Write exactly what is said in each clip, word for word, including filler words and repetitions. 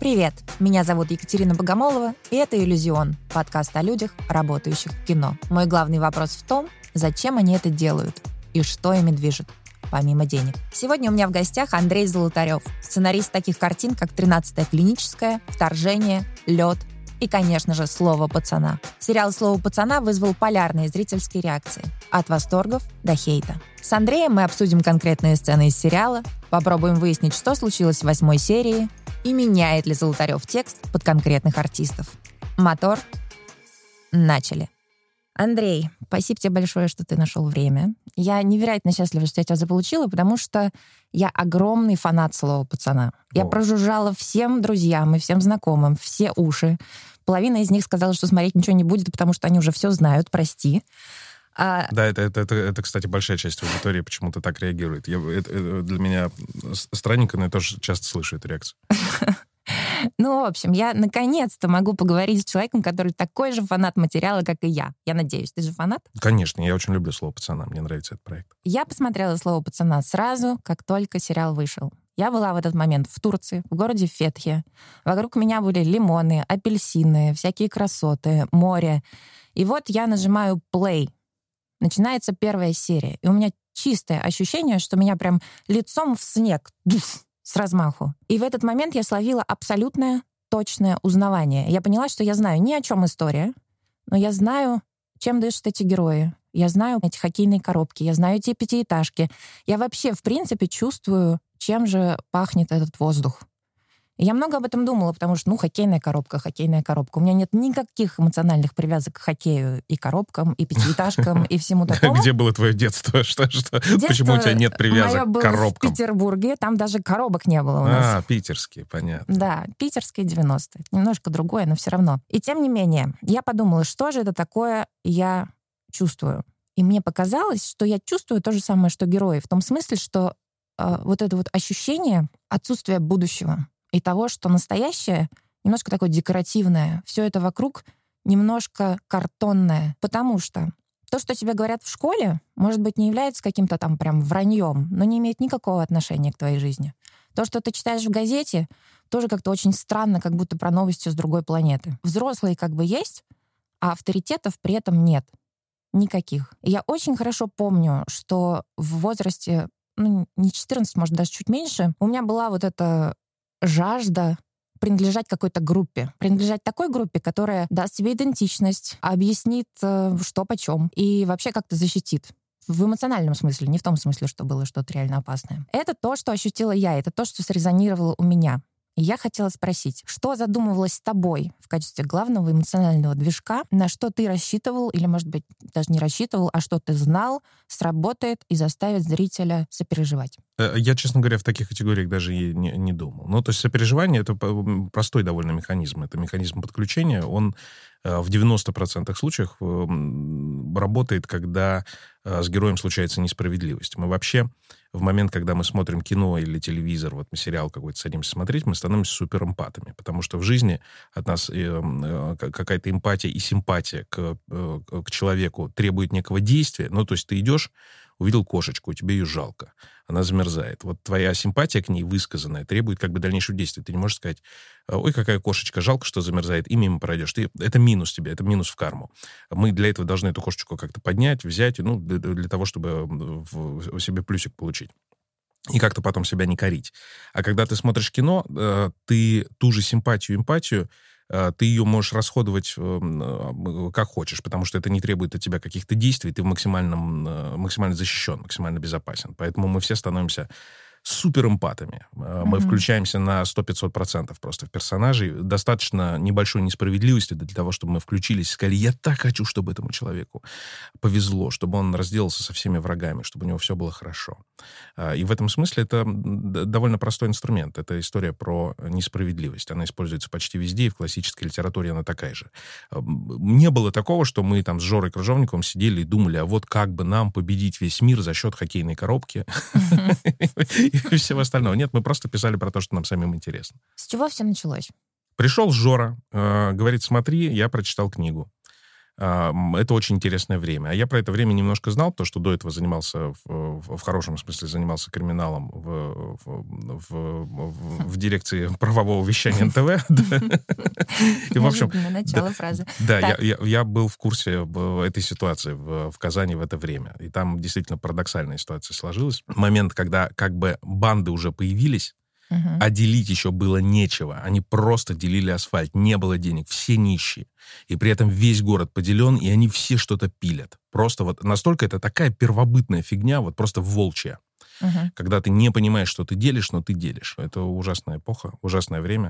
Привет, меня зовут Екатерина Богомолова, и это «Иллюзион» — подкаст о людях, работающих в кино. Мой главный вопрос в том, зачем они это делают и что ими движет, помимо денег. Сегодня у меня в гостях Андрей Золотарев, сценарист таких картин, как «тринадцатая клиническая», «Вторжение», «Лед» и, конечно же, «Слово пацана». Сериал «Слово пацана» вызвал полярные зрительские реакции. От восторгов до хейта. С Андреем мы обсудим конкретные сцены из сериала, попробуем выяснить, что случилось в восьмой серии и меняет ли Золотарев текст под конкретных артистов. Мотор. Начали. Андрей, спасибо тебе большое, что ты нашел время. Я невероятно счастлива, что я тебя заполучила, потому что я огромный фанат «Слова пацана». Я О. прожужжала всем друзьям и всем знакомым все уши. Половина из них сказала, что смотреть ничего не будет, потому что они уже все знают, прости. А... Да, это, это, это, это, кстати, большая часть аудитории почему-то так реагирует. Я, это, это для меня странненько, но я тоже часто слышу эту реакцию. Ну, в общем, я наконец-то могу поговорить с человеком, который такой же фанат материала, как и я. Я надеюсь, ты же фанат? Конечно, я очень люблю «Слово пацана», мне нравится этот проект. Я посмотрела «Слово пацана» сразу, как только сериал вышел. Я была в этот момент в Турции, в городе Фетхе. Вокруг меня были лимоны, апельсины, всякие красоты, море. И вот я нажимаю play. Начинается первая серия, и у меня чистое ощущение, что меня прям лицом в снег, дуф, с размаху. И в этот момент я словила абсолютное точное узнавание. Я поняла, что я знаю ни о чем история, но я знаю, чем дышат эти герои. Я знаю эти хоккейные коробки, я знаю эти пятиэтажки. Я вообще, в принципе, чувствую, чем же пахнет этот воздух. И я много об этом думала, потому что, ну, хоккейная коробка, хоккейная коробка. У меня нет никаких эмоциональных привязок к хоккею и коробкам, и пятиэтажкам, и всему такому. Где было твое детство? Что, что? Детство Почему у тебя нет привязок мое было к коробкам? в Петербурге, там даже коробок не было у нас. А, питерские, понятно. Да, питерские девяностые. Немножко другое, но все равно. И тем не менее, я подумала, что же это такое я чувствую. И мне показалось, что я чувствую то же самое, что герои. В том смысле, что э, вот это вот ощущение отсутствия будущего и того, что настоящее немножко такое декоративное. Все это вокруг немножко картонное. Потому что то, что тебе говорят в школе, может быть, не является каким-то там прям враньем, но не имеет никакого отношения к твоей жизни. То, что ты читаешь в газете, тоже как-то очень странно, как будто про новости с другой планеты. Взрослые как бы есть, а авторитетов при этом нет. Никаких. И я очень хорошо помню, что в возрасте, ну, не четырнадцать, может, даже чуть меньше, у меня была вот эта жажда принадлежать какой-то группе. Принадлежать такой группе, которая даст тебе идентичность, объяснит, что почем, и вообще как-то защитит. В эмоциональном смысле, не в том смысле, что было что-то реально опасное. Это то, что ощутила я, это то, что срезонировало у меня. И я хотела спросить, что задумывалось с тобой в качестве главного эмоционального движка, на что ты рассчитывал, или, может быть, даже не рассчитывал, а что ты знал, сработает и заставит зрителя сопереживать? Я, честно говоря, в таких категориях даже и не, не думал. Ну, то есть сопереживание — это простой довольно механизм. Это механизм подключения. Он в девяноста процентах случаев работает, когда с героем случается несправедливость. Мы вообще в момент, когда мы смотрим кино или телевизор, вот мы сериал какой-то садимся смотреть, мы становимся суперэмпатами, потому что в жизни от нас какая-то эмпатия и симпатия к, к человеку требует некого действия. Ну, то есть ты идешь, увидел кошечку, тебе ее жалко, она замерзает. Вот твоя симпатия к ней высказанная требует как бы дальнейшего действия. Ты не можешь сказать: ой, какая кошечка, жалко, что замерзает, и мимо пройдешь. Ты, это минус тебе, это минус в карму. Мы для этого должны эту кошечку как-то поднять, взять, ну, для, для того, чтобы в, в себе плюсик получить. И как-то потом себя не корить. А когда ты смотришь кино, ты ту же симпатию, эмпатию, ты ее можешь расходовать как хочешь, потому что это не требует от тебя каких-то действий, ты в максимальном, максимально защищен, максимально безопасен. Поэтому мы все становимся суперэмпатами. Mm-hmm. Мы включаемся на сто-пятьсот процентов просто в персонажей. Достаточно небольшой несправедливости для того, чтобы мы включились и сказали: я так хочу, чтобы этому человеку повезло, чтобы он разделался со всеми врагами, чтобы у него все было хорошо. И в этом смысле это довольно простой инструмент. Это история про несправедливость. Она используется почти везде, и в классической литературе она такая же. Не было такого, что мы там с Жорой Крыжовниковым сидели и думали: а вот как бы нам победить весь мир за счет хоккейной коробки и всего остального. Нет, мы просто писали про то, что нам самим интересно. С чего все началось? Пришел Жора, э, говорит: смотри, я прочитал книгу. Это очень интересное время. А я про это время немножко знал, потому что до этого занимался, в, в, в хорошем смысле, занимался криминалом в, в, в, в дирекции правового вещания эн тэ вэ. И, в общем, начало фразы. Да, я был в курсе этой ситуации в Казани в это время. И там действительно парадоксальная ситуация сложилась. Момент, когда как бы банды уже появились, Uh-huh. а делить еще было нечего. Они просто делили асфальт. Не было денег. Все нищие. И при этом весь город поделен, и они все что-то пилят. Просто вот настолько это такая первобытная фигня, вот просто волчья. Uh-huh. Когда ты не понимаешь, что ты делишь, но ты делишь. Это ужасная эпоха, ужасное время.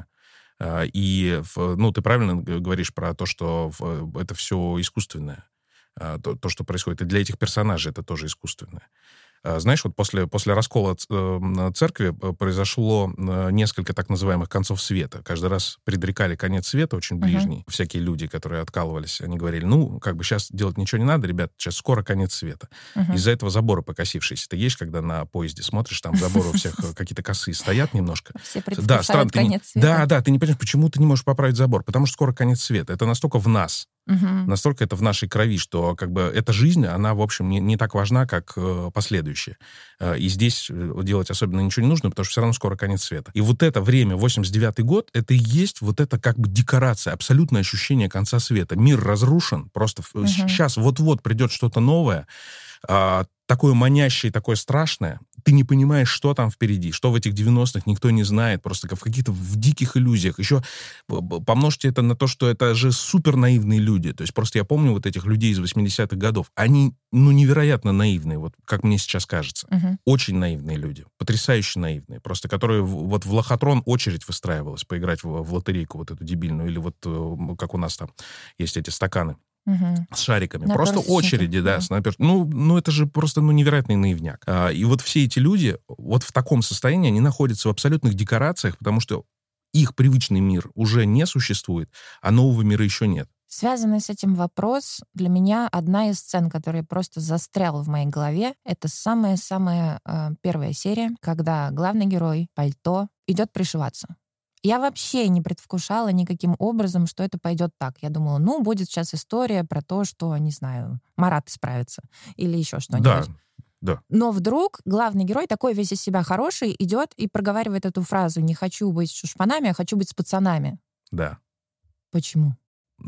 И, ну, ты правильно говоришь про то, что это все искусственное. То, то, что происходит. И для этих персонажей это тоже искусственное. Знаешь, вот после, после раскола церкви произошло несколько так называемых концов света. Каждый раз предрекали конец света, очень ближний. Uh-huh. Всякие люди, которые откалывались, они говорили, ну, как бы сейчас делать ничего не надо, ребят, сейчас скоро конец света. Uh-huh. Из-за этого заборы покосившиеся. Ты едешь, когда на поезде смотришь, там заборы у всех какие-то косые стоят немножко. Все предвкушают конец света. Да, да, ты не понимаешь, почему ты не можешь поправить забор, потому что скоро конец света. Это настолько в нас. Uh-huh. Настолько это в нашей крови, что как бы эта жизнь, она, в общем, не, не так важна, как э, последующая. Э, и здесь делать особенно ничего не нужно, потому что все равно скоро конец света. И вот это время, восемьдесят девятый год, это и есть вот это как бы декорация, абсолютное ощущение конца света. Мир разрушен, просто uh-huh. сейчас вот-вот придет что-то новое, э, такое манящее, такое страшное. Ты не понимаешь, что там впереди, что в этих девяностых никто не знает, просто как в каких-то в диких иллюзиях. Еще помножьте это на то, что это же супер наивные люди. То есть просто я помню вот этих людей из восьмидесятых годов. Они, ну, невероятно наивные, вот как мне сейчас кажется. Uh-huh. Очень наивные люди, потрясающе наивные. Просто которые вот в лохотрон очередь выстраивалась поиграть в, в лотерейку вот эту дебильную, или вот как у нас там есть эти стаканы. Угу. С шариками. Наперстки. Просто очереди, да. да. Наперст... Ну, ну, это же просто ну, невероятный наивняк. А, и вот все эти люди вот в таком состоянии, они находятся в абсолютных декорациях, потому что их привычный мир уже не существует, а нового мира еще нет. Связанный с этим вопрос, для меня одна из сцен, которая просто застряла в моей голове, это самая-самая э, первая серия, когда главный герой, Пальто, идет пришиваться. Я вообще не предвкушала никаким образом, что это пойдет так. Я думала, ну, будет сейчас история про то, что, не знаю, Марат справится или еще что-нибудь. Да, да. Но вдруг главный герой, такой весь из себя хороший, идет и проговаривает эту фразу «не хочу быть с шушпанами, а хочу быть с пацанами». Да. Почему?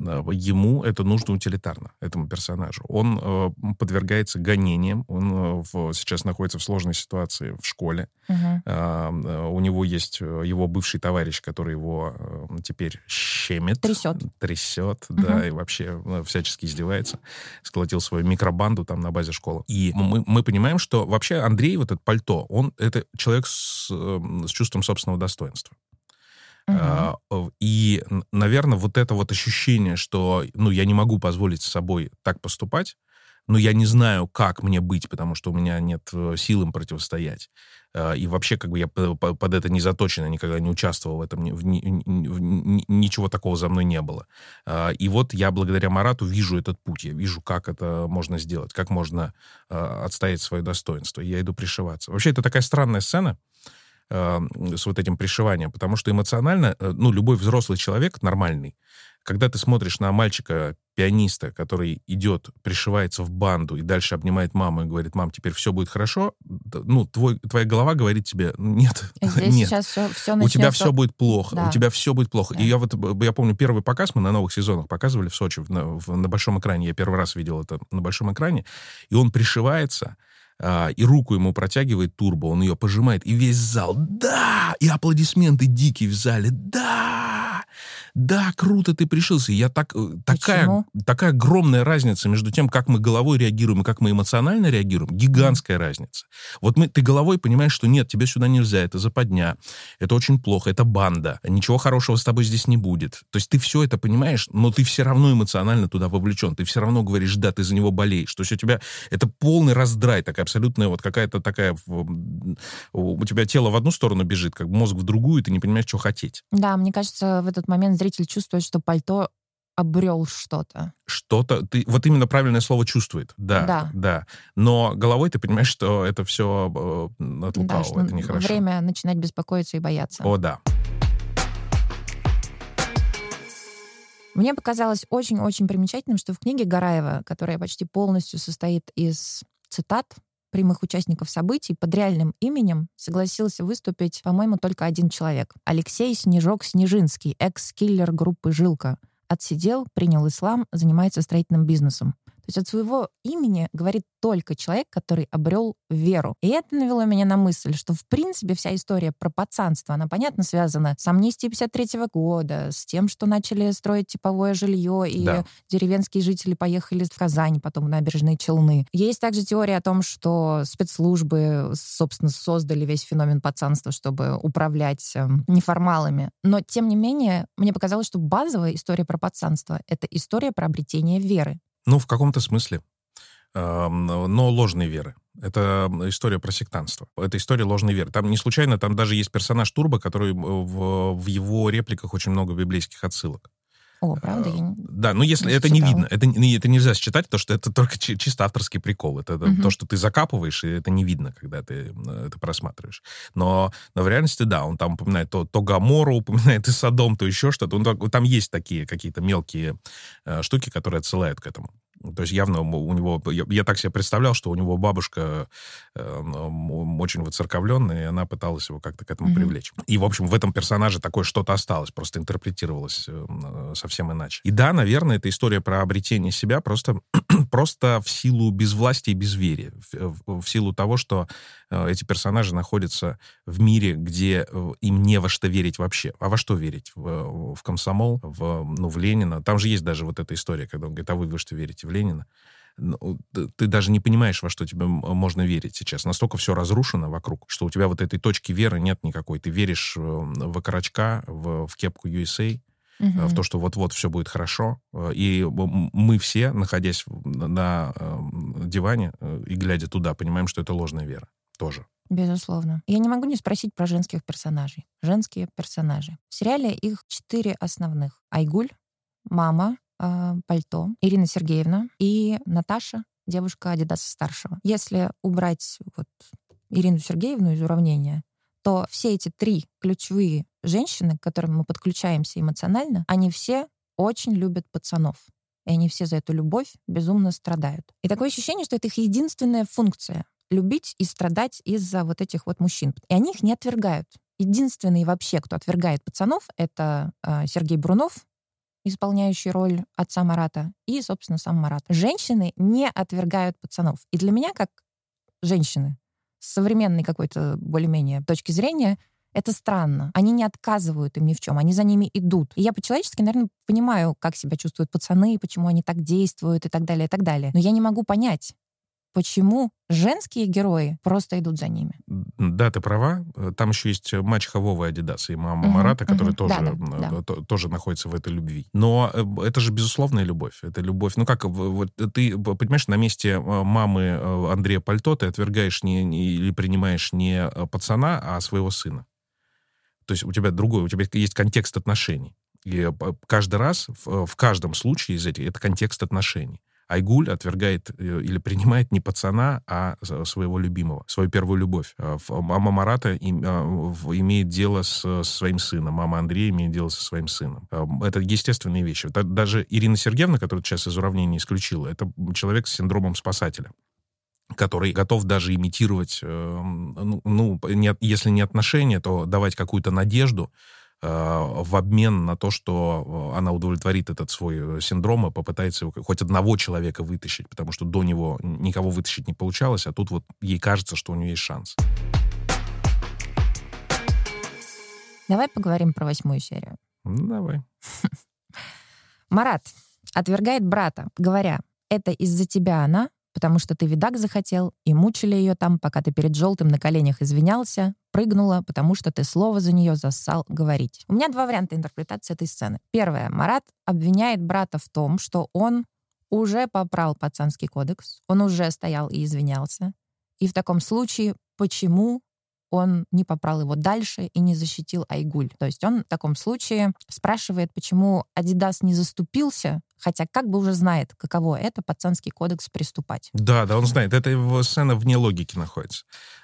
Ему это нужно утилитарно, этому персонажу. Он э, подвергается гонениям, он э, в, сейчас находится в сложной ситуации в школе. Uh-huh. Э, у него есть его бывший товарищ, который его э, теперь щемит. Трясет. Трясет, uh-huh. да, и вообще э, всячески издевается. Сколотил свою микробанду там на базе школы. И мы, мы понимаем, что вообще Андрей, вот это Пальто, он это человек с, э, с чувством собственного достоинства. Uh-huh. И, наверное, вот это вот ощущение, что, ну, я не могу позволить с собой так поступать, но я не знаю, как мне быть, потому что у меня нет сил им противостоять. И вообще, как бы я под это не заточен, я никогда не участвовал в этом, в, в, в, ничего такого за мной не было. И вот я благодаря Марату вижу этот путь, я вижу, как это можно сделать, как можно отстоять свое достоинство. И я иду пришиваться. Вообще, это такая странная сцена, с вот этим пришиванием, потому что эмоционально, ну, любой взрослый человек нормальный, когда ты смотришь на мальчика-пианиста, который идет, пришивается в банду и дальше обнимает маму и говорит, мам, теперь все будет хорошо, ну, твой, твоя голова говорит тебе, нет, здесь нет, сейчас все, все у тебя все будет плохо, да. у тебя все будет плохо. Да. И я вот, я помню, первый показ мы на новых сезонах показывали в Сочи на, в, на большом экране, я первый раз видел это на большом экране, и он пришивается, и руку ему протягивает Турбо, он ее пожимает, и весь зал, да, и аплодисменты дикие в зале, да, да, круто ты пришился. И я так, такая, такая огромная разница между тем, как мы головой реагируем и как мы эмоционально реагируем, гигантская разница. Вот мы, ты головой понимаешь, что нет, тебе сюда нельзя, это западня, это очень плохо, это банда, ничего хорошего с тобой здесь не будет. То есть ты все это понимаешь, но ты все равно эмоционально туда вовлечен, ты все равно говоришь, да, ты за него болеешь. То есть у тебя это полный раздрай, такая абсолютная вот какая-то такая, у тебя тело в одну сторону бежит, как мозг в другую, и ты не понимаешь, что хотеть. Да, мне кажется, в этот момент зритель чувствует, что Пальто обрел что-то. Что-то, ты, вот именно правильное слово чувствует, да, да, да. Но головой ты понимаешь, что это все э, от лукавого, да, это нехорошо. Время начинать беспокоиться и бояться. О, да. Мне показалось очень-очень примечательным, что в книге Гараева, которая почти полностью состоит из цитат прямых участников событий, под реальным именем согласился выступить, по-моему, только один человек. Алексей Снежок-Снежинский, экс-киллер группы «Жилка». Отсидел, принял ислам, занимается строительным бизнесом. То есть от своего имени говорит только человек, который обрел веру. И это навело меня на мысль, что, в принципе, вся история про пацанство, она, понятно, связана с амнистией пятьдесят третьего года, с тем, что начали строить типовое жилье, и Да. деревенские жители поехали в Казань, потом в Набережные Челны. Есть также теория о том, что спецслужбы, собственно, создали весь феномен пацанства, чтобы управлять э, неформалами. Но, тем не менее, мне показалось, что базовая история про пацанство — это история про обретение веры. Ну, в каком-то смысле. Эм, Но ложной веры. Это история про сектантство. Это история ложной веры. Там не случайно, там даже есть персонаж Турбо, который в, в его репликах очень много библейских отсылок. О, правда? Я не- Да, ну если не это не читала. видно, это, не- это нельзя считать, потому что это только чи- чисто авторский прикол. Это Мгм. то, что ты закапываешь, и это не видно, когда ты э, это просматриваешь. Но, но в реальности, да, он там упоминает то, то Гоморру, упоминает и Содом, то еще что-то. Он так- там есть такие какие-то мелкие э, штуки, которые отсылают к этому. То есть явно у него... Я, я так себе представлял, что у него бабушка э, м, очень воцерковленная, и она пыталась его как-то к этому Мгм. привлечь. И, в общем, в этом персонаже такое что-то осталось, просто интерпретировалось э, совсем иначе. И да, наверное, это история про обретение себя просто, просто в силу безвластия и безверия. В, в- в силу того, что э, эти персонажи находятся в мире, где э, им не во что верить вообще. А во что верить? В, в комсомол, в, ну, в Ленина. Там же есть даже вот эта история, когда он говорит, а вы во что верите? В Ленина. Ну, ты, ты даже не понимаешь, во что тебе м- можно верить сейчас. Настолько все разрушено вокруг, что у тебя вот этой точки веры нет никакой. Ты веришь э, в окорочка, в, в кепку ю эс эй, Мгм. э, в то, что вот-вот все будет хорошо. Э, И м- мы все, находясь в- на э, диване э, и глядя туда, понимаем, что это ложная вера тоже. Безусловно. Я не могу не спросить про женских персонажей. Женские персонажи. В сериале их четыре основных. Айгуль, мама, э, Пальто, Ирина Сергеевна и Наташа, девушка Адидаса старшего. Если убрать вот Ирину Сергеевну из уравнения, то все эти три ключевые женщины, к которым мы подключаемся эмоционально, они все очень любят пацанов. И они все за эту любовь безумно страдают. И такое ощущение, что это их единственная функция — любить и страдать из-за вот этих вот мужчин. И они их не отвергают. Единственный вообще, кто отвергает пацанов, это э, Сергей Брунов, исполняющий роль отца Марата, и, собственно, сам Марат. Женщины не отвергают пацанов. И для меня, как женщины, с современной какой-то более-менее точки зрения, это странно. Они не отказывают им ни в чем, они за ними идут. И я по-человечески, наверное, понимаю, как себя чувствуют пацаны, почему они так действуют и так далее, и так далее. Но я не могу понять, почему женские герои просто идут за ними. Да, ты права. Там еще есть мачеха Вовы Адидаса и мама Мгм, Марата, которые мгм. тоже, Да, да, э, то- тоже находятся в этой любви. Но э, это же безусловная любовь. Это любовь. Ну как, в- вот ты понимаешь, на месте э, мамы э, Андрея Пальто ты отвергаешь не, не- или принимаешь не э, пацана, а своего сына. То есть у тебя другой, у тебя есть контекст отношений. И э, п- каждый раз, в, в каждом случае из этих, это контекст отношений. Айгуль отвергает э, или принимает не пацана, а с- своего любимого, свою первую любовь. А ф- Мама Марата им- а, в- имеет дело с, с своим сыном, мама Андрея имеет дело со своим сыном. А, Это естественные вещи. Вот даже Ирина Сергеевна, которую ты сейчас из уравнения исключила, это человек с синдромом спасателя, который готов даже имитировать, э, ну, ну, не от- если не отношения, то давать какую-то надежду э, в обмен на то, что э, она удовлетворит этот свой э, синдром и попытается его хоть одного человека вытащить, потому что до него никого вытащить не получалось, а тут вот ей кажется, что у нее есть шанс. Давай поговорим про восьмую серию. Ну, давай. Марат отвергает брата, говоря, это из-за тебя она, потому что ты видак захотел, и мучили ее там, пока ты перед желтым на коленях извинялся, прыгнула, потому что ты слово за нее зассал говорить. У меня два варианта интерпретации этой сцены. Первое. Марат обвиняет брата в том, что он уже попрал пацанский кодекс, он уже стоял и извинялся. И в таком случае, почему он не попрал его дальше и не защитил Айгуль? То есть он в таком случае спрашивает, почему Адидас не заступился, хотя как бы уже знает, каково это пацанский кодекс приступать. Да, да, он знает. Это его сцена вне логики находится.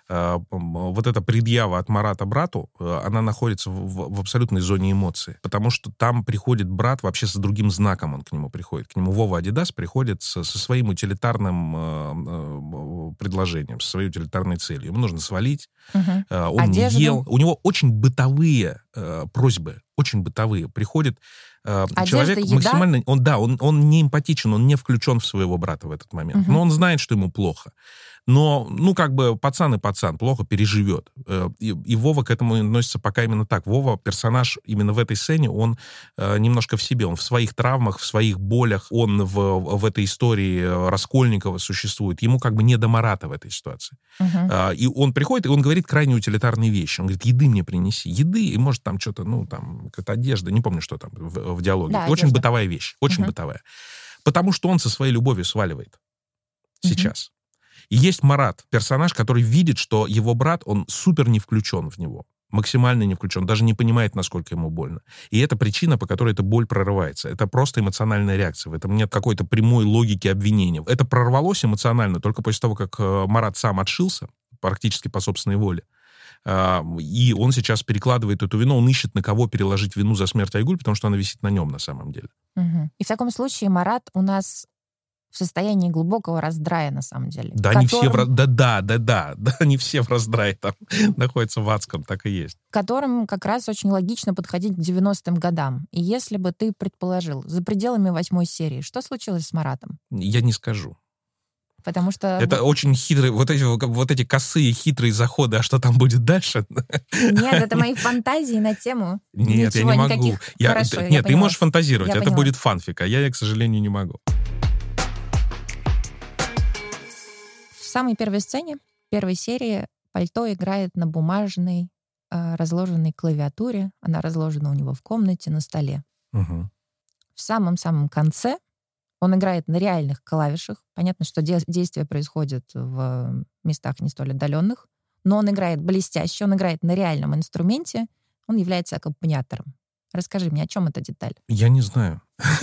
вот эта предъява от Марата брату, она находится в, в абсолютной зоне эмоций. Потому что там приходит брат вообще с другим знаком, он к нему приходит. К нему Вова Адидас приходит со, со своим утилитарным э, предложением, со своей утилитарной целью. Ему нужно свалить, угу. э, он Одежду. не ел. У него очень бытовые э, просьбы, очень бытовые. Приходит э, человек еда? максимально... Он, да, он, он не эмпатичен, он не включен в своего брата в этот момент. Угу. Но он знает, что ему плохо. Но, ну, как бы, пацан и пацан, плохо переживет. И, и Вова к этому относится пока именно так. Вова, персонаж именно в этой сцене, он э, немножко в себе, он в своих травмах, в своих болях, он в, в этой истории Раскольникова существует. Ему как бы не до Марата в этой ситуации. Uh-huh. Э, и он приходит, и он говорит крайне утилитарные вещи. Он говорит, еды мне принеси. Еды, и может там что-то, ну, там, какая-то одежда, не помню, что там в, в диалоге. Да, очень одежда. Бытовая вещь, очень uh-huh. бытовая. Потому что он со своей любовью сваливает сейчас. Uh-huh. И есть Марат, персонаж, который видит, что его брат, он супер не включен в него. Максимально не включен, даже не понимает, насколько ему больно. И это причина, по которой эта боль прорывается. Это просто эмоциональная реакция. В этом нет какой-то прямой логики обвинения. Это прорвалось эмоционально только после того, как Марат сам отшился, практически по собственной воле. И он сейчас перекладывает эту вину, он ищет, на кого переложить вину за смерть Айгуль, потому что она висит на нем на самом деле. Угу. И в таком случае Марат у нас... в состоянии глубокого раздрая, на самом деле. Да, которым... не все в... да, да, да, да, да, не все в раздрае там находятся в адском, так и есть. Которым как раз очень логично подходить к девяностым годам. И если бы ты предположил, за пределами восьмой серии, что случилось с Маратом? Я не скажу. Потому что... Это очень хитрые, вот эти, вот эти косые, хитрые заходы, а что там будет дальше? Нет, это мои фантазии на тему. Нет, Ничего, я не могу. Никаких... Я... Хорошо, Нет, я ты можешь фантазировать, я это поняла. будет фанфик, а я, к сожалению, не могу. В самой первой сцене, первой серии, Пальто играет на бумажной, э, разложенной клавиатуре. Она разложена у него в комнате на столе. Угу. В самом-самом конце он играет на реальных клавишах. Понятно, что де- действие происходит в местах не столь отдаленных, но он играет блестяще, он играет на реальном инструменте, он является аккомпаниатором. Расскажи мне, о чем эта деталь? Я не знаю.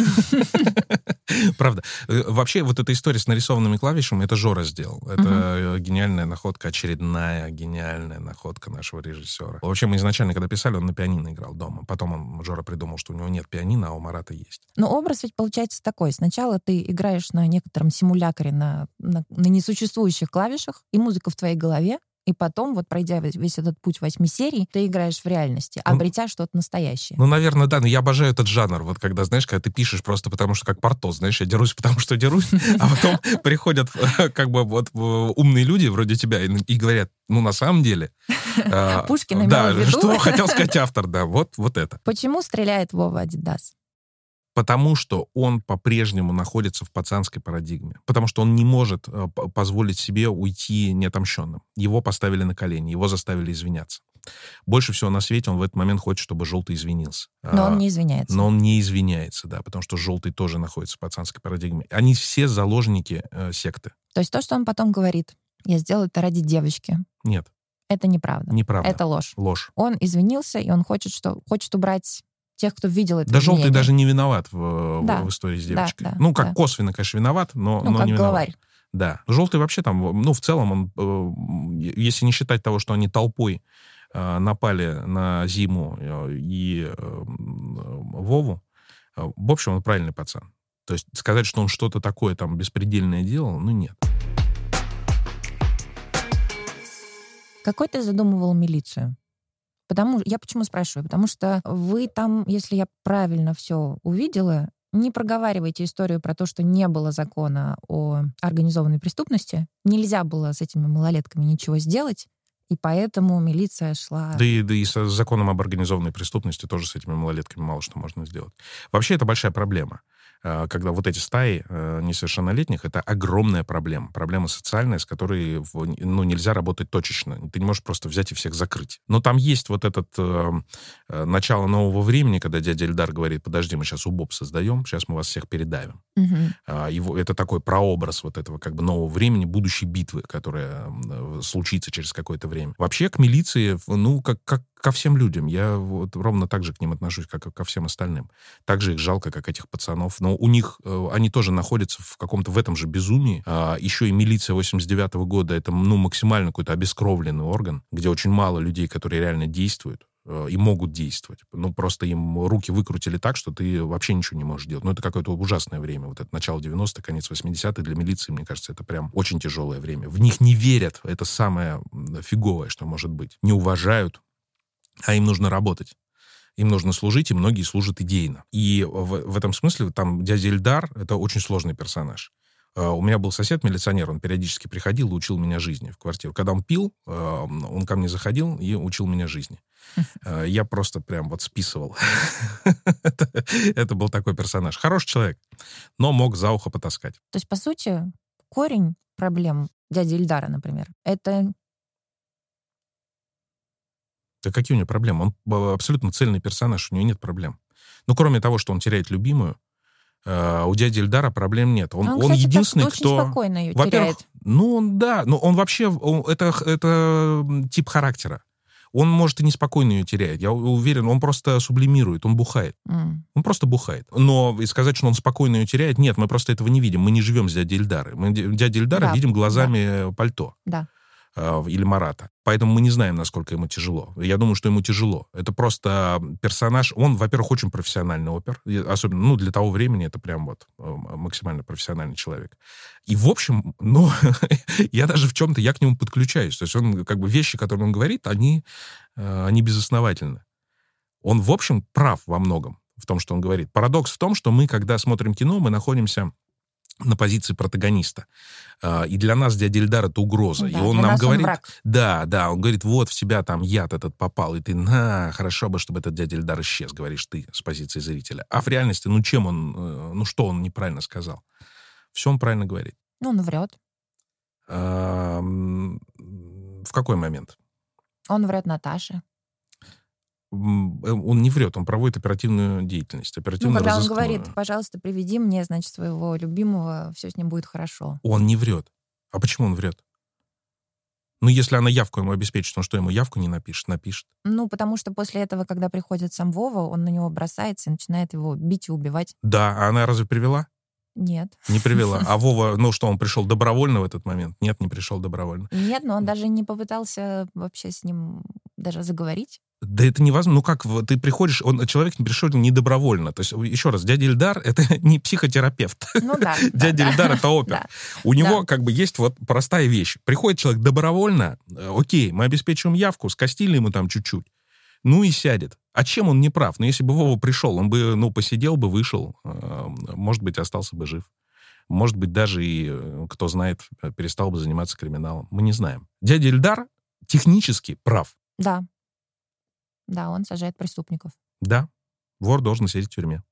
Правда. Вообще, вот эта история с нарисованными клавишами, это Жора сделал. Это гениальная находка, очередная гениальная находка нашего режиссера. Вообще, мы изначально, когда писали, он на пианино играл дома. Потом он, Жора придумал, что у него нет пианино, а у Марата есть. Но образ ведь получается такой. Сначала ты играешь на некотором симулякре, на, на, на несуществующих клавишах, и музыка в твоей голове. И потом, вот пройдя весь этот путь восьми серий, ты играешь в реальности, обретя ну, что-то настоящее. Ну, наверное, да, но я обожаю этот жанр. Вот когда, знаешь, когда ты пишешь просто потому, что как Порто, знаешь, я дерусь потому, что дерусь, а потом приходят как бы вот умные люди вроде тебя и говорят, ну, на самом деле... Пушкин имел в виду. Да, что хотел сказать автор, да, вот это. Почему стреляет Вова Адидас? Потому что он по-прежнему находится в пацанской парадигме. Потому что он не может э, позволить себе уйти неотомщенным. Его поставили на колени, его заставили извиняться. Больше всего на свете он в этот момент хочет, чтобы Желтый извинился. Но он не извиняется. Но он не извиняется, да, потому что Желтый тоже находится в пацанской парадигме. Они все заложники э, секты. То есть то, что он потом говорит, я сделал это ради девочки. Нет. Это неправда. Неправда. Это ложь. Ложь. Он извинился, и он хочет, что, хочет убрать... тех, кто видел это. Да изменение. Желтый даже не виноват в, да. в истории с девочкой. Да, да, ну, как да. косвенно, конечно, виноват, но, ну, но как не виноват. главарь. Да. Желтый вообще там, ну, в целом, он, э, если не считать того, что они толпой э, напали на Зиму э, и э, Вову, э, в общем, он правильный пацан. То есть сказать, что он что-то такое там беспредельное делал, ну, нет. Какой ты задумывал милицию? Потому, я почему спрашиваю? Потому что вы там, если я правильно все увидела, не проговариваете историю про то, что не было закона о организованной преступности, нельзя было с этими малолетками ничего сделать, и поэтому милиция шла... Да и, да и с законом об организованной преступности тоже с этими малолетками мало что можно сделать. Вообще это большая проблема. Когда вот эти стаи несовершеннолетних, это огромная проблема. Проблема социальная, с которой ну, нельзя работать точечно. Ты не можешь просто взять и всех закрыть. Но там есть вот этот э, начало нового времени, когда дядя Эльдар говорит, подожди, мы сейчас УБОП создаем, сейчас мы вас всех передавим. Угу. Его, это такой прообраз вот этого как бы нового времени, будущей битвы, которая случится через какое-то время. Вообще к милиции, ну, как, как ко всем людям. Я вот ровно так же к ним отношусь, как и ко всем остальным. Так же их жалко, как этих пацанов. Но у них, они тоже находятся в каком-то в этом же безумии. А еще и милиция восемьдесят девятого года, это, ну, максимально какой-то обескровленный орган, где очень мало людей, которые реально действуют и могут действовать. Ну, просто им руки выкрутили так, что ты вообще ничего не можешь делать. Ну, это какое-то ужасное время. Вот это начало девяностых, конец восьмидесятых для милиции, мне кажется, это прям очень тяжелое время. В них не верят. Это самое фиговое, что может быть. Не уважают, а им нужно работать. Им нужно служить, и многие служат идейно. И в, в этом смысле там дядя Ильдар — это очень сложный персонаж. Uh, у меня был сосед-милиционер, он периодически приходил и учил меня жизни в квартиру. Когда он пил, uh, он ко мне заходил и учил меня жизни. Uh, я просто прям вот списывал. это, это был такой персонаж. Хороший человек, но мог за ухо потаскать. То есть, по сути, корень проблем дяди Ильдара, например, это... Да какие у него проблемы? Он абсолютно цельный персонаж, у него нет проблем. Ну, кроме того, что он теряет любимую, Uh, у дяди Ильдара проблем нет. Он, он, он кстати, единственный, так, кто... очень спокойно ее Во-первых, теряет. ну, он, да, но он вообще... Он, это, это тип характера. Он, может, и неспокойно ее теряет. Я уверен, он просто сублимирует, он бухает. Mm. Он просто бухает. Но и сказать, что он спокойно ее теряет, нет, мы просто этого не видим. Мы не живем с дядей Ильдарой. Мы дядю Ильдара да, видим глазами да. пальто. Да. Или Марата. Поэтому мы не знаем, насколько ему тяжело. Я думаю, что ему тяжело. Это просто персонаж. Он, во-первых, очень профессиональный опер. Особенно, ну, для того времени это прям вот максимально профессиональный человек. И, в общем, ну, я даже в чем-то, я к нему подключаюсь. То есть он, как бы, вещи, которые он говорит, они, они безосновательны. Он, в общем, прав во многом в том, что он говорит. Парадокс в том, что мы, когда смотрим кино, мы находимся на позиции протагониста. И для нас дядя Ильдар — это угроза. Да, и он нам говорит... Он да, да, он говорит, вот в тебя там яд этот попал, и ты, на, хорошо бы, чтобы этот дядя Ильдар исчез, говоришь ты с позиции зрителя. А в реальности, ну чем он, ну что он неправильно сказал? Все он правильно говорит. Ну, он врет. А, в какой момент? Он врет Наташе. Он не врет, он проводит оперативную деятельность, оперативную Ну, когда разыскную. он говорит, пожалуйста, приведи мне, значит, своего любимого, все с ним будет хорошо. Он не врет. А почему он врет? Ну, если она явку ему обеспечит, он что, ему явку не напишет? Напишет. Ну, потому что после этого, когда приходит сам Вова, он на него бросается и начинает его бить и убивать. Да, а она разве привела? Нет. Не привела. А Вова, ну что, он пришел добровольно в этот момент? Нет, не пришел добровольно. Нет, но он даже не попытался вообще с ним даже заговорить. Да это невозможно. Ну как, ты приходишь, он, человек не пришел не добровольно. То есть, еще раз, дядя Ильдар — это не психотерапевт. Ну да. Дядя Ильдар — это опер. У него как бы есть вот простая вещь. Приходит человек добровольно, окей, мы обеспечиваем явку, скостили ему там чуть-чуть, ну и сядет. А чем он не прав? Ну если бы Вова пришел, он бы, ну, посидел бы, вышел, может быть, остался бы жив. Может быть, даже и, кто знает, перестал бы заниматься криминалом. Мы не знаем. Дядя Ильдар технически прав. Да. Да, он сажает преступников. Да, вор должен сидеть в тюрьме.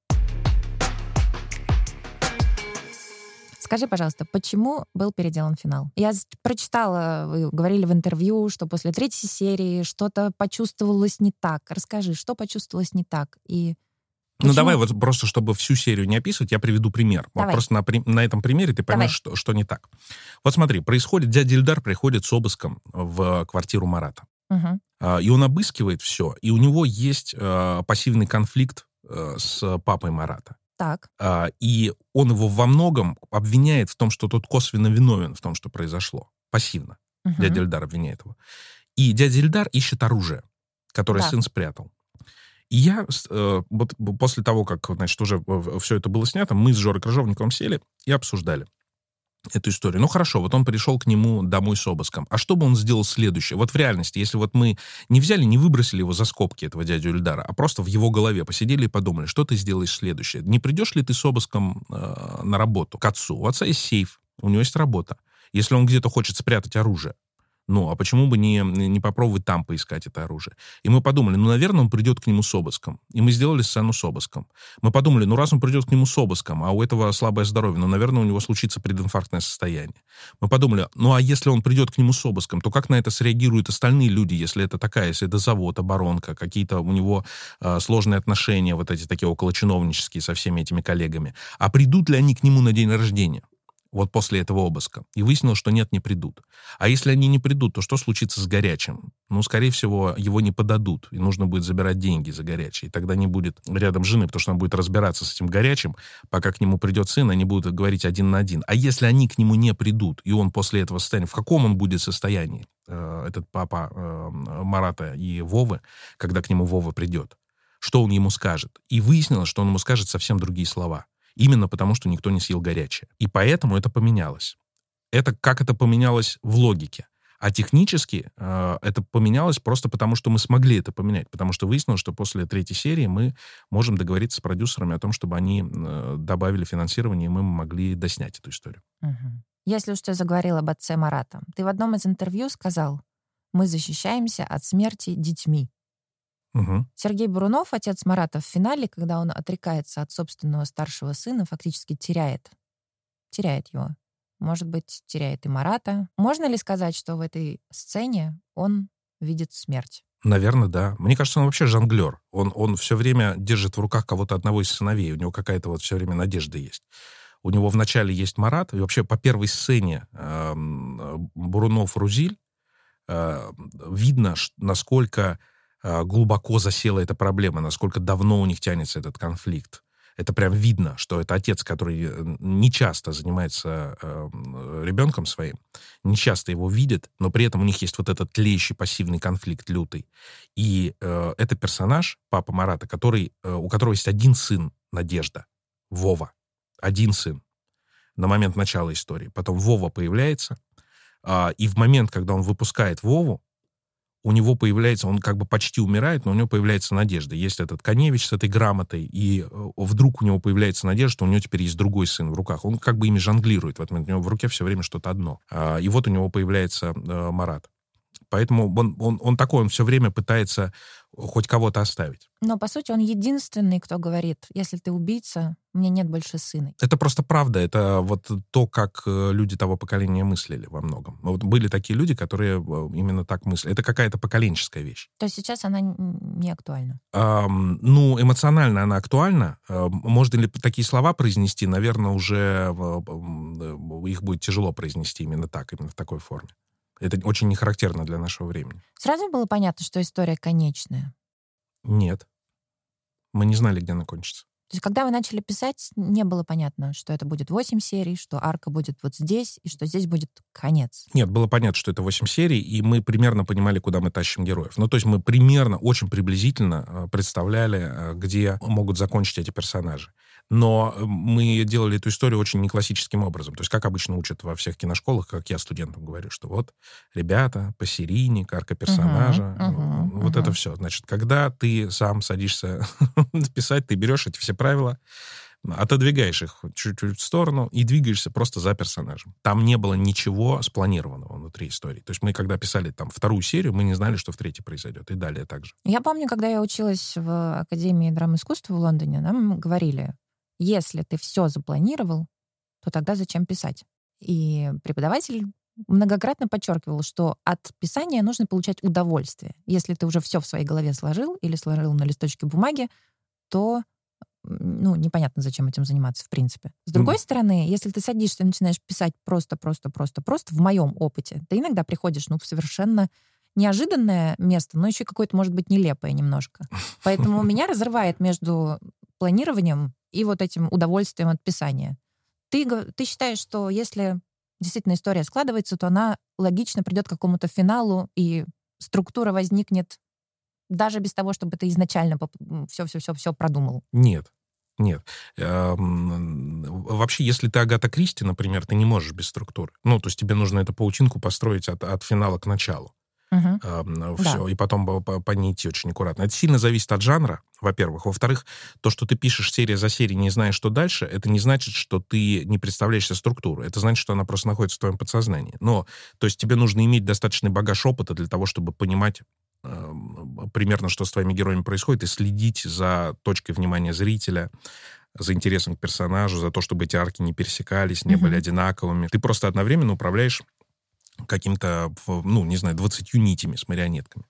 Скажи, пожалуйста, почему был переделан финал? Я прочитала, вы говорили в интервью, что после третьей серии что-то почувствовалось не так. Расскажи, что почувствовалось не так? И почему? Ну, давай вот просто, чтобы всю серию не описывать, я приведу пример. Давай. Вот просто на, на этом примере ты поймешь, что, что не так. Вот смотри, происходит, дядя Ильдар приходит с обыском в квартиру Марата. Угу. И он обыскивает все, и у него есть э, пассивный конфликт э, с папой Марата. Так. Э, и он его во многом обвиняет в том, что тот косвенно виновен в том, что произошло. Пассивно. Угу. Дядя Ильдар обвиняет его. И дядя Ильдар ищет оружие, которое да. сын спрятал. И я, э, вот после того, как, значит, уже все это было снято, мы с Жорой Крыжовниковым сели и обсуждали эту историю. Ну, хорошо, вот он пришел к нему домой с обыском. А что бы он сделал следующее? Вот в реальности, если вот мы не взяли, не выбросили его за скобки, этого дядю Ильдара, а просто в его голове посидели и подумали, что ты сделаешь следующее? Не придешь ли ты с обыском э, на работу к отцу? У отца есть сейф, у него есть работа. Если он где-то хочет спрятать оружие, ну, а почему бы не, не попробовать там поискать это оружие? И мы подумали, ну, наверное, он придет к нему с обыском. И мы сделали сцену с обыском. Мы подумали, ну, раз он придет к нему с обыском, а у этого слабое здоровье, ну, наверное, у него случится прединфарктное состояние. Мы подумали, ну, а если он придет к нему с обыском, то как на это среагируют остальные люди, если это такая, если это завод, оборонка, какие-то у него э, сложные отношения, вот эти такие околочиновнические со всеми этими коллегами. А придут ли они к нему на день рождения? вот после этого обыска. И выяснилось, что нет, не придут. А если они не придут, то что случится с горячим? Ну, скорее всего, его не подадут, и нужно будет забирать деньги за горячий. И тогда не будет рядом жены, потому что она будет разбираться с этим горячим, пока к нему придет сын, они будут говорить один на один. А если они к нему не придут, и он после этого состояния, в каком он будет состоянии, э, этот папа э, Марата и Вовы, когда к нему Вова придет? Что он ему скажет? И выяснилось, что он ему скажет совсем другие слова. Именно потому, что никто не съел горячее. И поэтому это поменялось. Это как это поменялось в логике. А технически э, это поменялось просто потому, что мы смогли это поменять. Потому что выяснилось, что после третьей серии мы можем договориться с продюсерами о том, чтобы они э, добавили финансирование, и мы могли доснять эту историю. Угу. Если уж ты заговорил об отце Марата, ты в одном из интервью сказал: «Мы защищаемся от смерти детьми». Угу. Сергей Бурунов, отец Марата, в финале, когда он отрекается от собственного старшего сына, фактически теряет, теряет его. Может быть, теряет и Марата. Можно ли сказать, что в этой сцене он видит смерть? Наверное, да. Мне кажется, он вообще жонглер. Он, он все время держит в руках кого-то одного из сыновей. У него какая-то вот все время надежда есть. У него вначале есть Марат, и вообще по первой сцене э, Бурунов-Рузиль э, видно, насколько глубоко засела эта проблема, насколько давно у них тянется этот конфликт. Это прям видно, что это отец, который не часто занимается э, ребенком своим, не часто его видит, но при этом у них есть вот этот тлеющий пассивный конфликт лютый. И э, это персонаж, папа Марата, который, э, у которого есть один сын, Надежда, Вова. Один сын на момент начала истории. Потом Вова появляется, э, и в момент, когда он выпускает Вову, у него появляется, он как бы почти умирает, но у него появляется надежда. Есть этот Коневич с этой грамотой, и вдруг у него появляется надежда, что у него теперь есть другой сын в руках. Он как бы ими жонглирует в этот момент. У него в руке все время что-то одно. И вот у него появляется Марат. Поэтому он, он, он такой, он все время пытается хоть кого-то оставить. Но, по сути, он единственный, кто говорит: если ты убийца, у меня нет больше сына. Это просто правда. Это вот то, как люди того поколения мыслили во многом. Вот были такие люди, которые именно так мыслят. Это какая-то поколенческая вещь. То есть сейчас она не актуальна? Эм, ну, эмоционально она актуальна. Эм, можно ли такие слова произнести? Наверное, уже их будет тяжело произнести именно так, именно в такой форме. Это очень не характерно для нашего времени. Сразу было понятно, что история конечная? Нет. Мы не знали, где она кончится. То есть, когда вы начали писать, не было понятно, что это будет восемь серий, что арка будет вот здесь, и что здесь будет конец? Нет, было понятно, что это восемь серий, и мы примерно понимали, куда мы тащим героев. Ну, то есть мы примерно, очень приблизительно представляли, где могут закончить эти персонажи. Но мы делали эту историю очень неклассическим образом. То есть, как обычно учат во всех киношколах, как я студентам говорю, что вот, ребята, посерийник, арка персонажа, uh-huh, uh-huh, вот uh-huh. это все. Значит, когда ты сам садишься писать, ты берешь эти все правила, отодвигаешь их чуть-чуть в сторону и двигаешься просто за персонажем. Там не было ничего спланированного внутри истории. То есть мы, когда писали там вторую серию, мы не знали, что в третьей произойдет. И далее также. Я помню, когда я училась в Академии драмы и искусства в Лондоне, нам говорили: если ты все запланировал, то тогда зачем писать? И преподаватель многократно подчеркивал, что от писания нужно получать удовольствие. Если ты уже все в своей голове сложил или сложил на листочке бумаги, то ну, непонятно, зачем этим заниматься, в принципе. С другой mm. стороны, если ты садишься и начинаешь писать просто-просто-просто-просто, в моем опыте, ты иногда приходишь, ну, в совершенно неожиданное место, но еще какое-то, может быть, нелепое немножко. Поэтому меня разрывает между планированием и вот этим удовольствием от писания. Ты, ты считаешь, что если действительно история складывается, то она логично придет к какому-то финалу, и структура возникнет даже без того, чтобы ты изначально все-все-все продумал? Нет. Нет. Вообще, если ты Агата Кристи, например, ты не можешь без структуры. Ну, то есть тебе нужно эту паутинку построить от, от финала к началу. Угу. Все, да. И потом по, по, по ней идти очень аккуратно. Это сильно зависит от жанра, во-первых. Во-вторых, то, что ты пишешь серия за серией, не зная, что дальше, это не значит, что ты не представляешь себе структуру. Это значит, что она просто находится в твоем подсознании. Но, то есть тебе нужно иметь достаточный багаж опыта для того, чтобы понимать э, примерно, что с твоими героями происходит, и следить за точкой внимания зрителя, за интересом к персонажу, за то, чтобы эти арки не пересекались, не mm-hmm. были одинаковыми. Ты просто одновременно управляешь каким-то, ну, не знаю, двадцатью нитями с марионетками.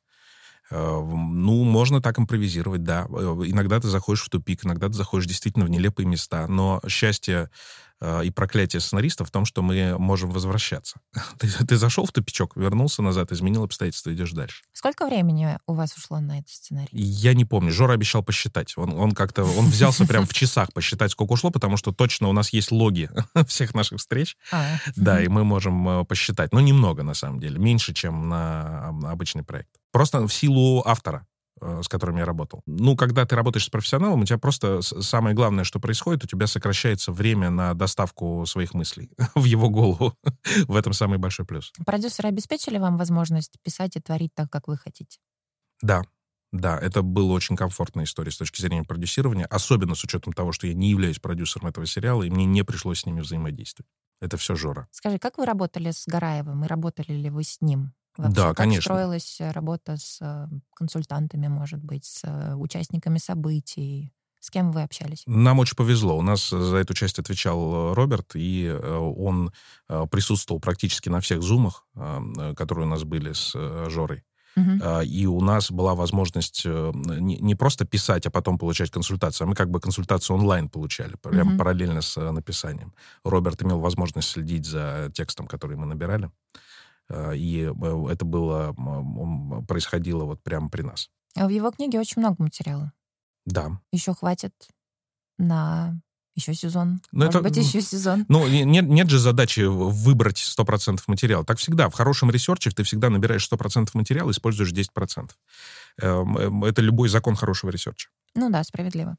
Ну, можно так импровизировать, да. Иногда ты заходишь в тупик, иногда ты заходишь действительно в нелепые места, но счастье и проклятие сценариста в том, что мы можем возвращаться. Ты, ты зашел в тупичок, вернулся назад, изменил обстоятельства, идешь дальше. Сколько времени у вас ушло на этот сценарий? Я не помню. Жора обещал посчитать. Он, он как-то, он взялся прям в часах посчитать, сколько ушло, потому что точно у нас есть логи всех наших встреч. А, да, и мы можем посчитать. Но немного, на самом деле. Меньше, чем на обычный проект. Просто в силу автора, с которым я работал. Ну, когда ты работаешь с профессионалом, у тебя просто самое главное, что происходит, у тебя сокращается время на доставку своих мыслей в его голову. В этом самый большой плюс. Продюсеры обеспечили вам возможность писать и творить так, как вы хотите? Да. Да, это была очень комфортная история с точки зрения продюсирования, особенно с учетом того, что я не являюсь продюсером этого сериала, и мне не пришлось с ними взаимодействовать. Это все Жора. Скажи, как вы работали с Гараевым, и работали ли вы с ним? Вообще, да, как конечно. строилась работа с консультантами, может быть, с участниками событий? С кем вы общались? Нам очень повезло. У нас за эту часть отвечал Роберт, и он присутствовал практически на всех зумах, которые у нас были с Жорой. Uh-huh. И у нас была возможность не, не просто писать, а потом получать консультацию, а мы как бы консультацию онлайн получали, прямо uh-huh. параллельно с написанием. Роберт имел возможность следить за текстом, который мы набирали. И это было, происходило вот прямо при нас. А в его книге очень много материала. Да. Еще хватит на еще сезон. Но Может это, быть, еще сезон. Ну, нет, нет же задачи выбрать сто процентов материала. Так всегда. В хорошем ресерче ты всегда набираешь сто процентов материала, используешь десять процентов. Это любой закон хорошего ресерча. Ну да, справедливо.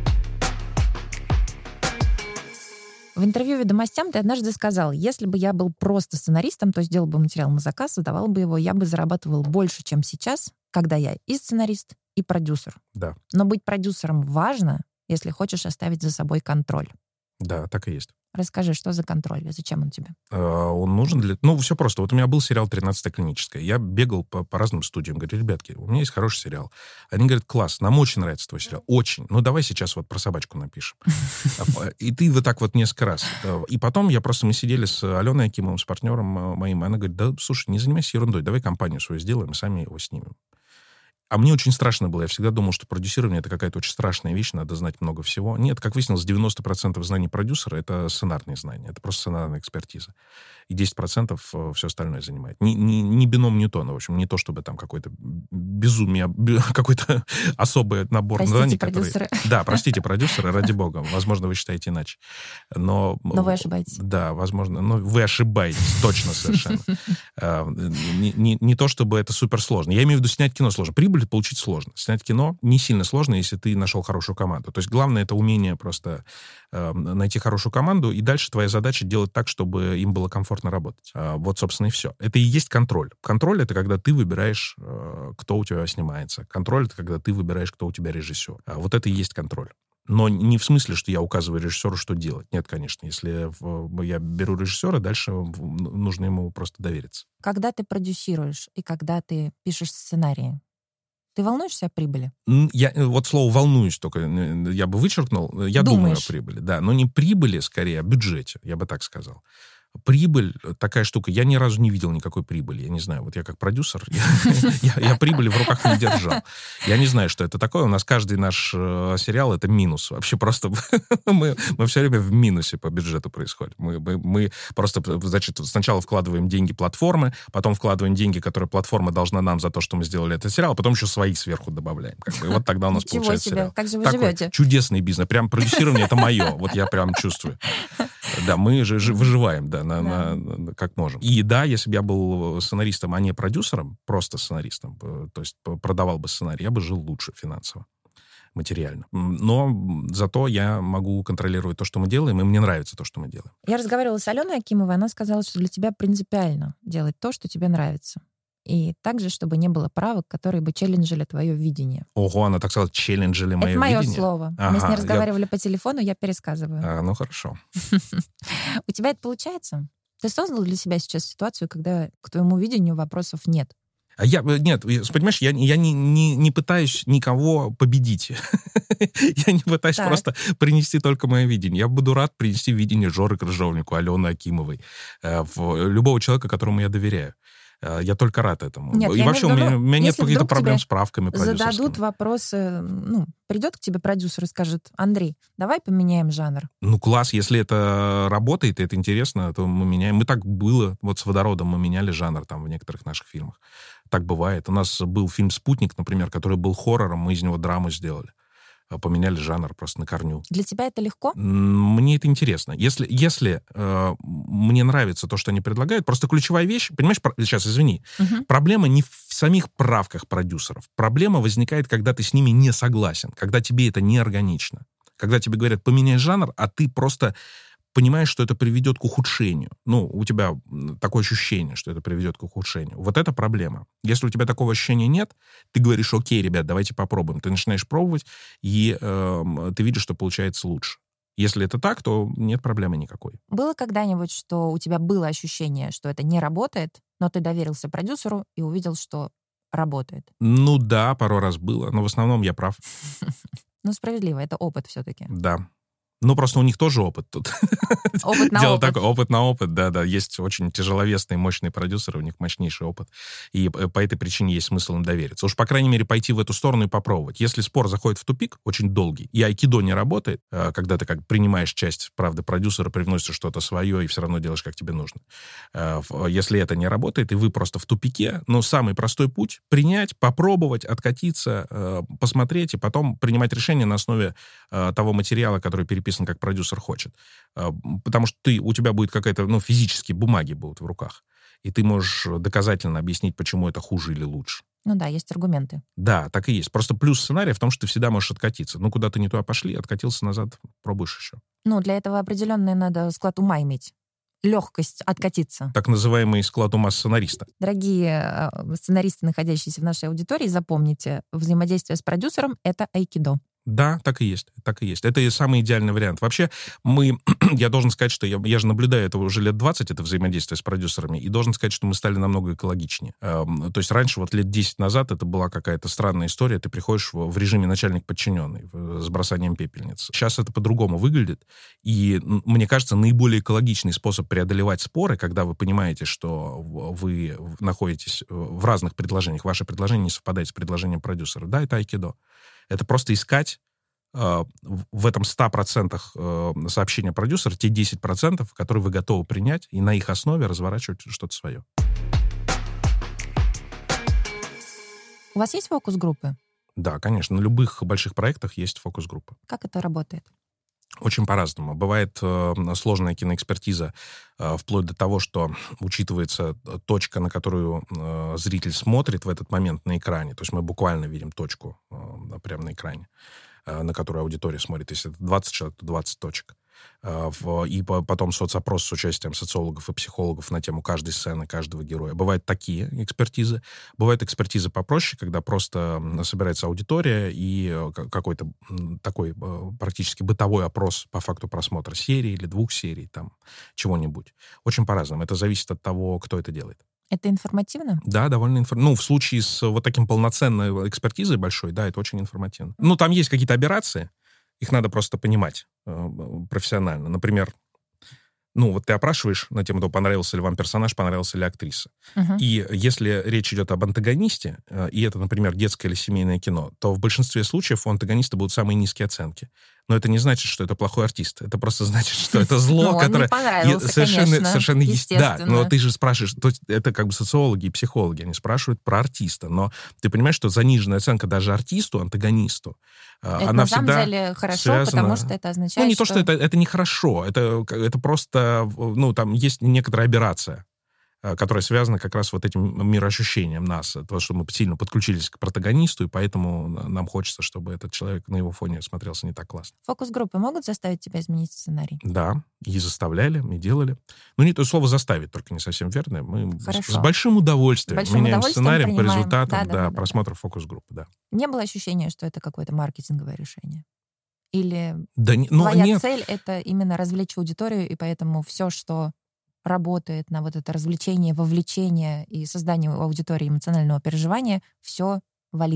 В интервью «Ведомостям» ты однажды сказал, если бы я был просто сценаристом, то сделал бы материал на заказ, задавал бы его, я бы зарабатывал больше, чем сейчас, когда я и сценарист, и продюсер. Да. Но быть продюсером важно, если хочешь оставить за собой контроль. Да, так и есть. Расскажи, что за контроль и зачем он тебе? Uh, он нужен для... Ну, все просто. Вот у меня был сериал «тринадцатая клиническая». Я бегал по, по разным студиям. Говорю, ребятки, у меня есть хороший сериал. Они говорят, класс, нам очень нравится твой сериал. Очень. Ну, давай сейчас вот про собачку напишем. И ты вот так вот несколько раз. И потом я просто... Мы сидели с Аленой Акимовым, с партнером моим. Она говорит, да, слушай, не занимайся ерундой. Давай компанию свою сделаем, и сами его снимем. А мне очень страшно было. Я всегда думал, что продюсирование — это какая-то очень страшная вещь, надо знать много всего. Нет, как выяснилось, девяносто процентов знаний продюсера — это сценарные знания, это просто сценарная экспертиза. И десять процентов все остальное занимает. Не, не, не бином Ньютона, в общем, не то, чтобы там какой-то безумие, какой-то особый набор простите, знаний, продюсеры. которые... Да, простите, продюсеры, ради бога. Возможно, вы считаете иначе. Но, но вы ошибаетесь. Да, возможно. Но вы ошибаетесь, точно совершенно. Не, не, не то, чтобы это суперсложно. Я имею в виду, снять кино сложно. Прибыль получить сложно. Снять кино не сильно сложно, если ты нашел хорошую команду. То есть главное — это умение просто э, найти хорошую команду, и дальше твоя задача делать так, чтобы им было комфортно работать. Э, вот, собственно, и все. Это и есть контроль. Контроль — это когда ты выбираешь, э, кто у тебя снимается. Контроль — это когда ты выбираешь, кто у тебя режиссер. А вот это и есть контроль. Но не в смысле, что я указываю режиссеру, что делать. Нет, конечно. Если я беру режиссера, дальше нужно ему просто довериться. Когда ты продюсируешь и когда ты пишешь сценарии, ты волнуешься о прибыли? Я вот слово «волнуюсь» только я бы вычеркнул. Я Думаешь. думаю о прибыли, да. Но не прибыли, скорее, а бюджете, я бы так сказал. Прибыль — такая штука. Я ни разу не видел никакой прибыли. Я не знаю, вот я как продюсер, я, я, я прибыли в руках не держал. Я не знаю, что это такое. У нас каждый наш э, сериал — это минус. Вообще просто мы, мы все время в минусе по бюджету происходит. Мы, мы, мы просто, значит, сначала вкладываем деньги платформы, потом вкладываем деньги, которые платформа должна нам за то, что мы сделали этот сериал, а потом еще свои сверху добавляем. Как бы. И вот тогда у нас Ничего получается себе. сериал. Как же вы Такой живете? Чудесный бизнес. Прям продюсирование — это мое. Вот я прям чувствую. Да, мы же выживаем, да, на, да. На, на, как можем. И да, если бы я был сценаристом, а не продюсером, просто сценаристом, то есть продавал бы сценарий, я бы жил лучше финансово, материально. Но зато я могу контролировать то, что мы делаем, и мне нравится то, что мы делаем. Я разговаривала с Аленой Акимовой, она сказала, что для тебя принципиально делать то, что тебе нравится. И также, чтобы не было правок, которые бы челленджили твое видение. Ого, она так сказала, челленджили мое видение? Это мое слово. Ага, Мы с ней разговаривали я... по телефону, я пересказываю. А, ну, хорошо. У тебя это получается? Ты создал для себя сейчас ситуацию, когда к твоему видению вопросов нет? А я, нет, понимаешь, я, я не, не, не пытаюсь никого победить. Я не пытаюсь так. просто принести только мое видение. Я буду рад принести видение Жоры Крыжовнику, Алены Акимовой, любого человека, которому я доверяю. Я только рад этому. Нет, и я вообще у меня, у меня нет каких-то проблем с правками продюсерскими. Зададут вопросы, ну, придет к тебе продюсер и скажет: Андрей, давай поменяем жанр. Ну, класс, если это работает, и это интересно, то мы меняем. Мы так было, вот с «Водородом» мы меняли жанр там в некоторых наших фильмах. Так бывает. У нас был фильм «Спутник», например, который был хоррором, мы из него драму сделали. Поменяли жанр просто на корню. Для тебя это легко? Мне это интересно. Если, если э, мне нравится то, что они предлагают, просто ключевая вещь, понимаешь, про, сейчас, извини, угу. проблема не в самих правках продюсеров. Проблема возникает, когда ты с ними не согласен, когда тебе это не органично. Когда тебе говорят, поменяй жанр, а ты просто понимаешь, что это приведет к ухудшению. Ну, у тебя такое ощущение, что это приведет к ухудшению. Вот это проблема. Если у тебя такого ощущения нет, ты говоришь: окей, ребят, давайте попробуем. Ты начинаешь пробовать, и э, ты видишь, что получается лучше. Если это так, то нет проблемы никакой. Было когда-нибудь, что у тебя было ощущение, что это не работает, но ты доверился продюсеру и увидел, что работает? Ну да, пару раз было, но в основном я прав. Ну, справедливо, это опыт все-таки. Да. Ну, просто у них тоже опыт тут. Опыт на Дело опыт. такое, опыт на опыт, да-да. Есть очень тяжеловесные, мощные продюсеры, у них мощнейший опыт. И по этой причине есть смысл им довериться. Уж, по крайней мере, пойти в эту сторону и попробовать. Если спор заходит в тупик, очень долгий, и айкидо не работает, когда ты как принимаешь часть правды продюсера, привносишь что-то свое и все равно делаешь, как тебе нужно. Если это не работает, и вы просто в тупике, ну, самый простой путь — принять, попробовать, откатиться, посмотреть, и потом принимать решение на основе того материала, который переписан, как продюсер хочет. Потому что ты, у тебя будет какая-то, ну, физические бумаги будут в руках. И ты можешь доказательно объяснить, почему это хуже или лучше. Ну да, есть аргументы. Да, так и есть. Просто плюс сценария в том, что ты всегда можешь откатиться. Ну, куда-то не туда пошли, откатился назад, пробуешь еще. Ну, для этого определенный надо склад ума иметь. Легкость откатиться. Так называемый склад ума сценариста. Дорогие сценаристы, находящиеся в нашей аудитории, запомните, взаимодействие с продюсером — это айкидо. Да, так и есть, так и есть. Это и самый идеальный вариант. Вообще, мы, я должен сказать, что я, я же наблюдаю это уже лет двадцать, это взаимодействие с продюсерами, и должен сказать, что мы стали намного экологичнее. Эм, то есть раньше, вот лет десять назад, это была какая-то странная история, ты приходишь в, в режиме начальник-подчиненный, в, с бросанием пепельниц. Сейчас это по-другому выглядит, и, мне кажется, наиболее экологичный способ преодолевать споры, когда вы понимаете, что вы находитесь в разных предложениях, ваше предложение не совпадает с предложением продюсера, да, это айкидо. Это просто искать э, в этом ста процентах э, сообщения продюсера те десять процентов, которые вы готовы принять, и на их основе разворачивать что-то свое. У вас есть фокус-группы? Да, конечно. На любых больших проектах есть фокус-группа. Как это работает? Очень по-разному. Бывает э, сложная киноэкспертиза, э, вплоть до того, что учитывается точка, на которую э, зритель смотрит в этот момент на экране. То есть мы буквально видим точку э, прямо на экране, э, на которую аудитория смотрит. Если это двадцать человек, то двадцать точек. И потом соцопрос с участием социологов и психологов на тему каждой сцены, каждого героя. Бывают такие экспертизы. Бывают экспертизы попроще, когда просто собирается аудитория и какой-то такой практически бытовой опрос по факту просмотра серии или двух серий, там, чего-нибудь. Очень по-разному. Это зависит от того, кто это делает. Это информативно? Да, довольно информативно. Ну, в случае с вот таким полноценной экспертизой большой, да, это очень информативно. Ну, там есть какие-то аберрации, их надо просто понимать э, профессионально. Например, ну, вот ты опрашиваешь на тему того, понравился ли вам персонаж, понравился ли актриса. Uh-huh. И если речь идет об антагонисте, э, и это, например, детское или семейное кино, то в большинстве случаев у антагониста будут самые низкие оценки. Но это не значит, что это плохой артист. Это просто значит, что это зло, которое... Совершенно, совершенно есть. Да, но ты же спрашиваешь... То есть это как бы социологи и психологи, они спрашивают про артиста. Но ты понимаешь, что заниженная оценка даже артисту, антагонисту, это она на всегда самом деле хорошо, связана... потому что это означает, Ну, не что... то, что это, это не хорошо. Это, это просто... Ну, там есть некоторая аберрация, которая связана как раз вот этим мироощущением нас. То, что мы сильно подключились к протагонисту, и поэтому нам хочется, чтобы этот человек на его фоне смотрелся не так классно. Фокус-группы могут заставить тебя изменить сценарий? Да, и заставляли, и делали. Ну, не то слово «заставить», только не совсем верное. Мы Хорошо. с, с большим удовольствием большим меняем удовольствием сценарий по принимаем. результатам да, да, да, да, да, просмотра да. фокус-группы, да. Не было ощущения, что это какое-то маркетинговое решение? Или да, не, ну, твоя нет. цель — это именно развлечь аудиторию, и поэтому все, что работает на вот это развлечение, вовлечение и создание у аудитории эмоционального переживания, все валидно?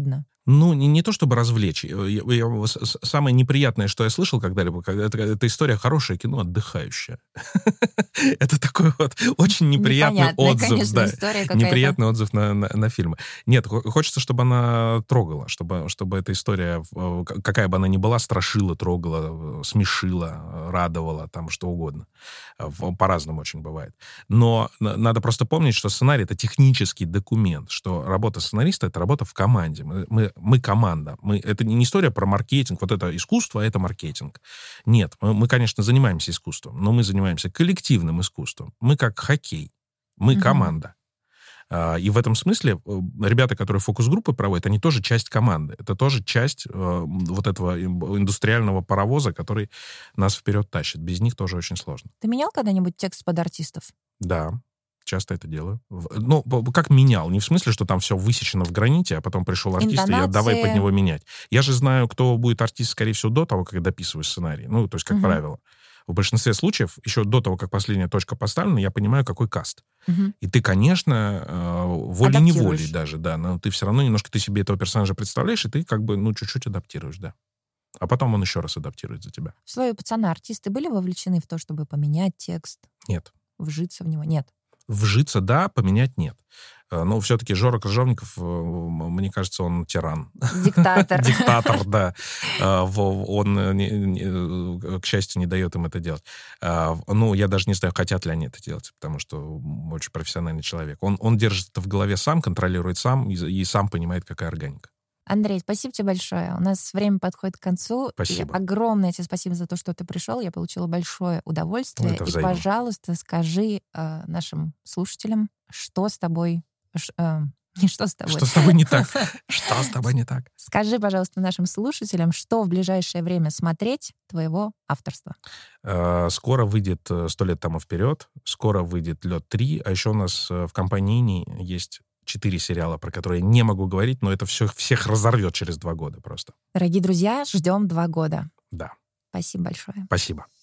Ну, не, не то чтобы развлечь. Я, я, самое неприятное, что я слышал когда-либо, когда это, это история хорошее кино, отдыхающее. Это такой вот очень неприятный отзыв. Да, неприятный отзыв на, на, на фильмы. Нет, хочется, чтобы она трогала, чтобы, чтобы эта история, какая бы она ни была, страшила, трогала, смешила, радовала, там что угодно. По-разному очень бывает. Но надо просто помнить, что сценарий — это технический документ, что работа сценариста — это работа в команде. Мы, мы Мы команда. Мы, это не история про маркетинг. Вот это искусство, а это маркетинг. Нет, мы, мы, конечно, занимаемся искусством, но мы занимаемся коллективным искусством. Мы как хоккей. Мы mm-hmm. команда. И в этом смысле ребята, которые фокус-группы проводят, они тоже часть команды. Это тоже часть вот этого индустриального паровоза, который нас вперед тащит. Без них тоже очень сложно. Ты менял когда-нибудь текст под артистов? Да. Часто это делаю. Ну, как менял? Не в смысле, что там все высечено в граните, а потом пришел артист, Интонации. И я давай под него менять. Я же знаю, кто будет артист, скорее всего, до того, как я дописываю сценарий. Ну, то есть, как угу. правило. В большинстве случаев, еще до того, как последняя точка поставлена, я понимаю, какой каст. Угу. И ты, конечно, волей-неволей даже, да, но ты все равно немножко ты себе этого персонажа представляешь, и ты как бы, ну, чуть-чуть адаптируешь, да. А потом он еще раз адаптирует за тебя. В «Слове пацана» артисты были вовлечены в то, чтобы поменять текст? Нет. Вжиться в него? Нет. Вжиться, да, поменять нет. Но все-таки Жора Крыжовников, мне кажется, он тиран. Диктатор. Диктатор, да. Он, к счастью, не дает им это делать. Ну, я даже не знаю, хотят ли они это делать, потому что очень профессиональный человек. Он, он держит это в голове сам, контролирует сам и, и сам понимает, какая органика. Андрей, спасибо тебе большое. У нас время подходит к концу. Спасибо. И огромное тебе спасибо за то, что ты пришел. Я получила большое удовольствие. Это и, взаимно. Пожалуйста, скажи э, нашим слушателям, что с тобой... Ш, э, не что с тобой. Что с тобой не так? Что с тобой не так? Скажи, пожалуйста, нашим слушателям, что в ближайшее время смотреть твоего авторства. Скоро выйдет «Сто лет тому вперед», скоро выйдет «Лед три», а еще у нас в компании «Ини» есть четыре сериала, про которые я не могу говорить, но это все всех разорвет через два года просто. Дорогие друзья, ждем два года. Да. Спасибо большое. Спасибо.